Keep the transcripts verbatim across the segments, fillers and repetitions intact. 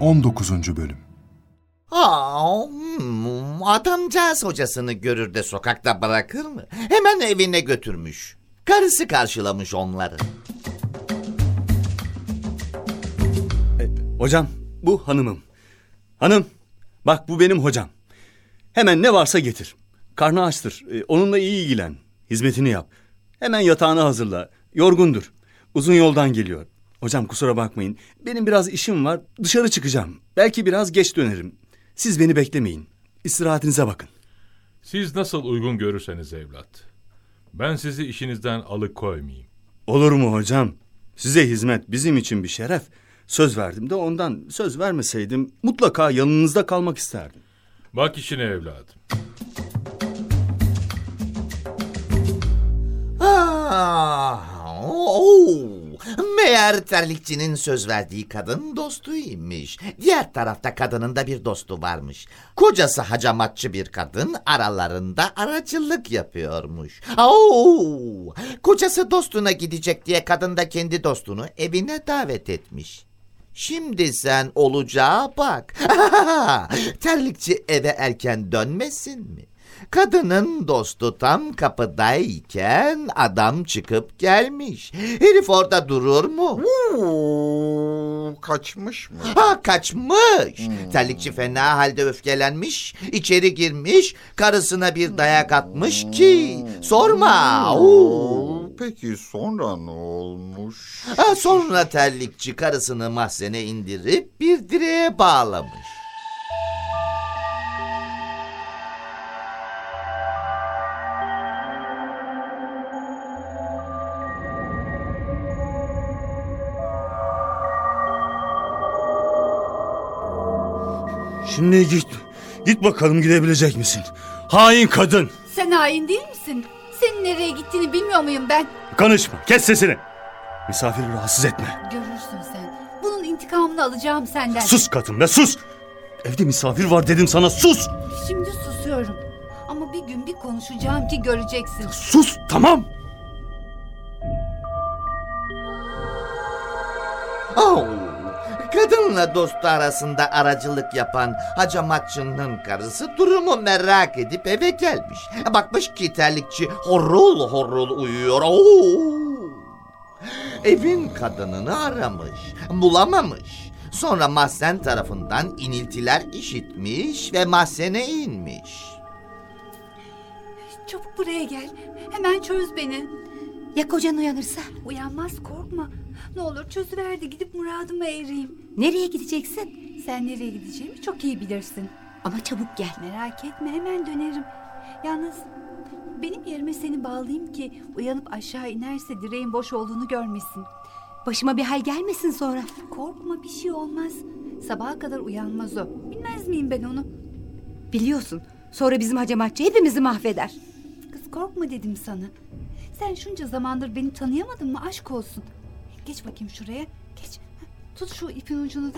on dokuzuncu bölüm. Aa, hmm, adamcağız hocasını görür de sokakta bırakır mı? Hemen evine götürmüş. Karısı karşılamış onları. E, hocam, bu hanımım. Hanım, bak bu benim hocam. Hemen ne varsa getir. Karnı açtır, e, onunla iyi ilgilen. Hizmetini yap. Hemen yatağını hazırla. Yorgundur. Uzun yoldan geliyor. Hocam kusura bakmayın. Benim biraz işim var. Dışarı çıkacağım. Belki biraz geç dönerim. Siz beni beklemeyin. İstirahatinize bakın. Siz nasıl uygun görürseniz evlat. Ben sizi işinizden alıkoymayayım. Olur mu hocam? Size hizmet bizim için bir şeref. Söz verdim de ondan. Söz vermeseydim mutlaka yanınızda kalmak isterdim. Bak işine evladım. Ah, oo. Meğer terlikçinin söz verdiği kadın dostuymuş. Diğer tarafta kadının da bir dostu varmış. Kocası hacamatçı bir kadın, aralarında aracılık yapıyormuş. Oo. Kocası dostuna gidecek diye kadın da kendi dostunu evine davet etmiş. Şimdi sen olacağa bak. Terlikçi eve erken dönmesin mi? Kadının dostu tam kapıdayken adam çıkıp gelmiş. Herif orada durur mu? Oo, kaçmış mı? Ha, kaçmış. Hmm. Terlikçi fena halde öfkelenmiş, içeri girmiş, karısına bir dayak atmış ki sorma. Oo. Peki sonra ne olmuş? Ha, sonra terlikçi karısını mahzene indirip bir direğe bağlamış. Şimdi git. Git bakalım gidebilecek misin? Hain kadın. Sen hain değil misin? Senin nereye gittiğini bilmiyor muyum ben? Konuşma. Kes sesini. Misafiri rahatsız etme. Görürsün sen. Bunun intikamını alacağım senden. Sus kadın be sus. Evde misafir var dedim sana, sus. Şimdi susuyorum. Ama bir gün bir konuşacağım ki göreceksin. Sus tamam. Oh. Kadınla dostu arasında aracılık yapan hacamatçının karısı durumu merak edip eve gelmiş. Bakmış ki terlikçi horul horul uyuyor. Oo! Evin kadınını aramış, bulamamış. Sonra mahzen tarafından iniltiler işitmiş ve mahzene inmiş. Çabuk buraya gel. Hemen çöz beni. Ya kocan uyanırsa? Uyanmaz, korkma. Ne olur çözüver de gidip muradıma ereyim. Nereye gideceksin? Sen nereye gideceğimi çok iyi bilirsin. Ama çabuk gel. Merak etme, hemen dönerim. Yalnız benim yerime seni bağlayayım ki uyanıp aşağı inerse direğin boş olduğunu görmesin. Başıma bir hal gelmesin sonra. Korkma, bir şey olmaz. Sabaha kadar uyanmaz o. Bilmez miyim ben onu? Biliyorsun. Sonra bizim hacamatçı hepimizi mahveder. Kız korkma dedim sana. Sen şunca zamandır beni tanıyamadın mı? Aşk olsun. Geç bakayım şuraya. Geç. Tut şu ipin ucunu da.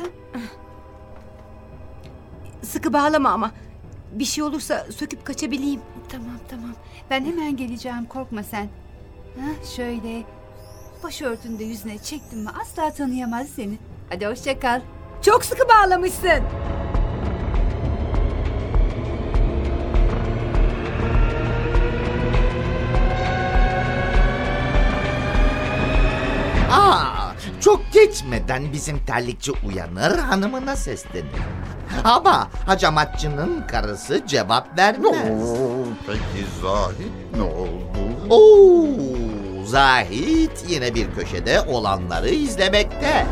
Sıkı bağlama ama. Bir şey olursa söküp kaçabileyim. Tamam tamam. Ben hemen geleceğim, korkma sen. Ha, şöyle. Başörtünü de yüzüne çektin mi asla tanıyamaz seni. Hadi hoşça kal. Çok sıkı bağlamışsın. Aa, çok geçmeden bizim terlikçi uyanır, hanımına seslenir. Ama hacamatçının karısı cevap vermez. Oo, peki Zahid ne oldu? Oo, Zahid yine bir köşede olanları izlemekte.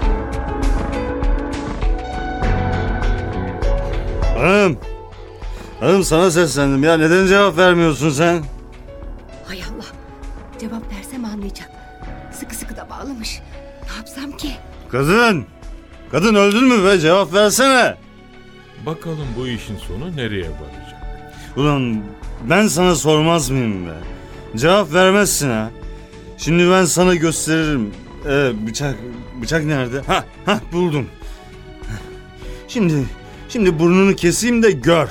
Hanım. Hanım sana seslendim ya. Neden cevap vermiyorsun sen? Hay Allah. Cevap versem anlayacak. Sıkı sıkı da bağlamış. Ne yapsam ki? Kadın. Kadın öldün mü be? Cevap versene. Bakalım bu işin sonu nereye varacak? Ulan ben sana sormaz mıyım be? Cevap vermezsin ha. Şimdi ben sana gösteririm. Ee, bıçak bıçak nerede? Ha ha buldum. Şimdi şimdi burnunu keseyim de gör.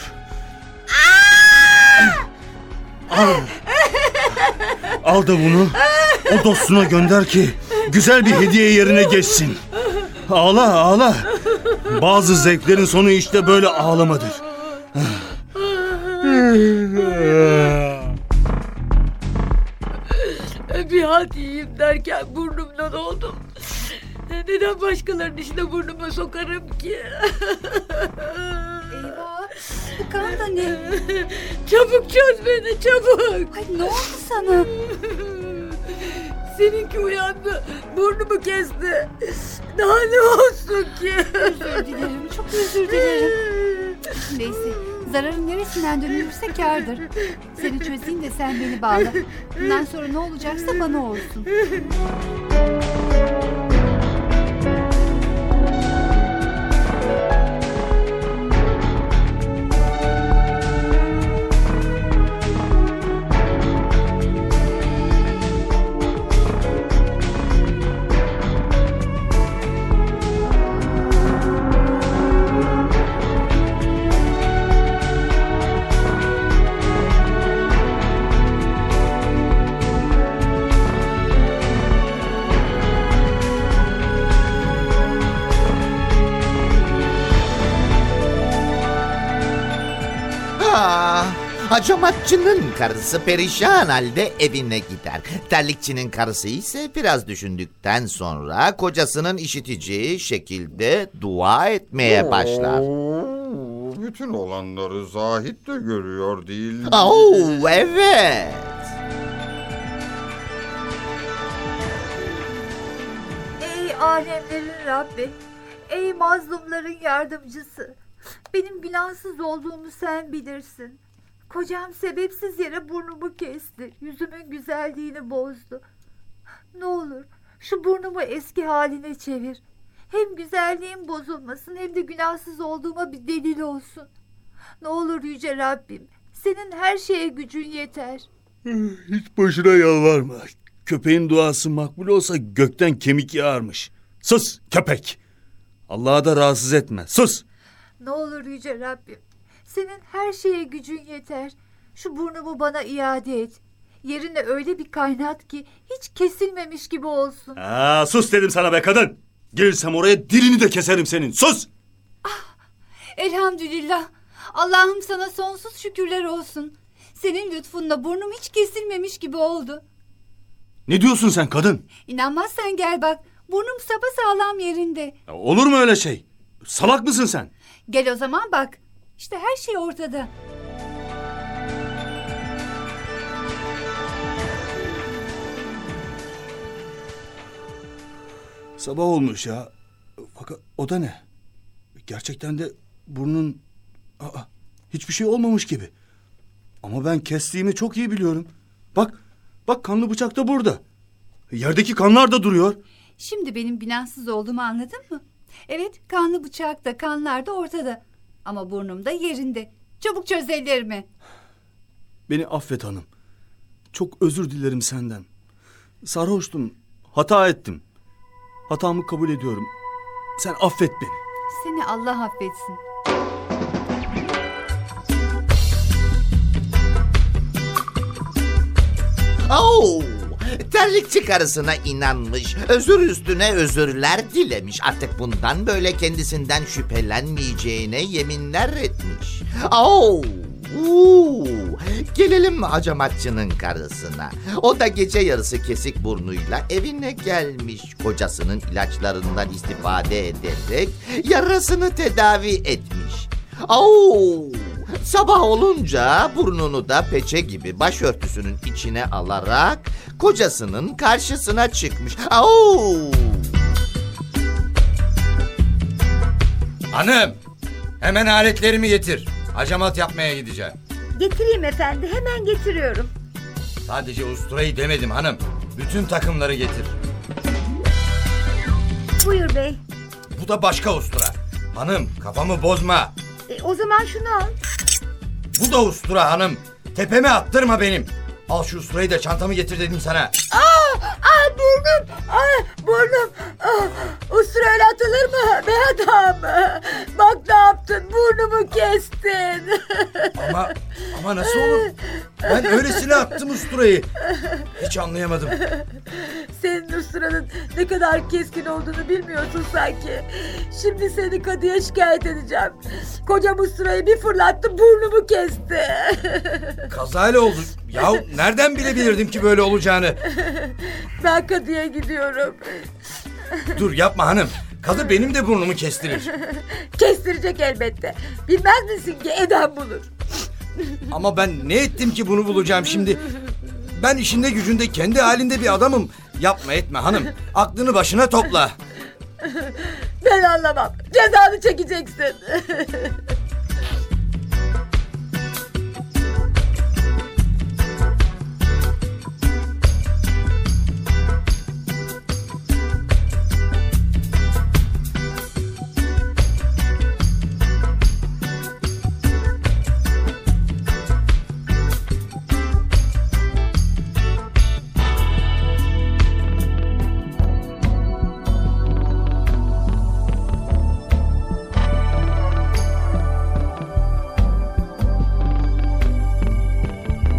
Al. Al da bunu o dostuna gönder ki güzel bir hediye yerine geçsin. Ağla ağla. Bazı zevklerin sonu işte böyle ağlamadır. Bir halt yiyeyim derken burnumdan oldum. Neden başkalarının işine burnumu sokarım ki? Eyvah, bu kan da ne? Çabuk çöz beni, çabuk. Ay, ne oldu sana? Seninki uyandı, burnumu kesti. Daha ne olsun ki? Özür dilerim, çok özür dilerim. Neyse, zararın neresinden dönülürse kârdır. Seni çözeyim de sen beni bağla. Bundan sonra ne olacaksa bana olsun. Ah, hacamatçının karısı perişan halde evine gider. Terlikçinin karısı ise biraz düşündükten sonra kocasının işiteceği şekilde dua etmeye başlar. Oo, bütün olanları Zahit de görüyor değil mi? Oh, evet. Ey alemlerin Rabbi, ey mazlumların yardımcısı. Benim günahsız olduğumu sen bilirsin. Kocam sebepsiz yere burnumu kesti. Yüzümün güzelliğini bozdu. Ne olur şu burnumu eski haline çevir. Hem güzelliğim bozulmasın hem de günahsız olduğuma bir delil olsun. Ne olur yüce Rabbim, senin her şeye gücün yeter. Hiç boşuna yalvarma. Köpeğin duası makbul olsa gökten kemik yağarmış. Sus köpek. Allah'a da rahatsız etme. Sus. Ne olur yüce Rabbim, senin her şeye gücün yeter. Şu burnumu bana iade et. Yerine öyle bir kaynat ki hiç kesilmemiş gibi olsun. Aa, sus dedim sana be kadın. Gelirsem oraya dilini de keserim senin. Sus. Ah, elhamdülillah. Allah'ım sana sonsuz şükürler olsun. Senin lütfunla burnum hiç kesilmemiş gibi oldu. Ne diyorsun sen kadın? İnanmazsan gel bak. Burnum sapasağlam yerinde. Ya olur mu öyle şey? Salak mısın sen? Gel o zaman bak. İşte her şey ortada. Sabah olmuş ya. Fakat o da ne? Gerçekten de burnun... Aa, hiçbir şey olmamış gibi. Ama ben kestiğimi çok iyi biliyorum. Bak, bak kanlı bıçak da burada. Yerdeki kanlar da duruyor. Şimdi benim günahsız olduğumu anladın mı? Evet, kanlı bıçak da kanlar da ortada. Ama burnum da yerinde. Çabuk çöz ellerimi. Beni affet hanım. Çok özür dilerim senden. Sarhoştum, hata ettim. Hatamı kabul ediyorum. Sen affet beni. Seni Allah affetsin. Oh, terlikçi karısına inanmış, özür üstüne özürler dilemiş. Artık bundan böyle kendisinden şüphelenmeyeceğine yeminler etmiş. Oh, uu, gelelim hacamatçının karısına. O da gece yarısı kesik burnuyla evine gelmiş. Kocasının ilaçlarından istifade ederek yarasını tedavi etmiş. Oh, sabah olunca burnunu da peçe gibi başörtüsünün içine alarak kocasının karşısına çıkmış. Oh! Hanım, hemen aletlerimi getir. Hacamat yapmaya gideceğim. Getireyim efendi, hemen getiriyorum. Sadece usturayı demedim hanım. Bütün takımları getir. Buyur bey. Bu da başka ustura. Hanım, kafamı bozma. E, o zaman şunu al. Bu da ustura hanım. Tepeme attırma benim. Al şu usturayı da çantamı getir dedim sana. Aa, aa burnum, aa burnum. Aa, ustura öyle atılır mı be adam? Bak ne yaptın, burnumu kestin. Ama ama nasıl olur? Ben öylesine attım usturayı. Hiç anlayamadım. Senin ustura usturanın ne kadar keskin olduğunu bilmiyorsun sanki. Şimdi seni kadıya şikayet edeceğim. Kocam usturayı bir fırlattı, burnumu kesti. Kazayla oldu. Ya nereden bilebilirdim ki böyle olacağını? Ben kadıya gidiyorum. Dur yapma hanım. Kadı benim de burnumu kestirir. Kestirecek elbette. Bilmez misin ki eden bulur. Ama ben ne ettim ki bunu bulacağım şimdi? Ben işinde gücünde kendi halinde bir adamım. Yapma etme hanım. Aklını başına topla. Ben anlamam. Cezanı çekeceksin.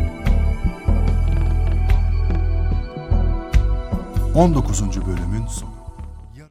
on dokuzuncu bölümün sonu.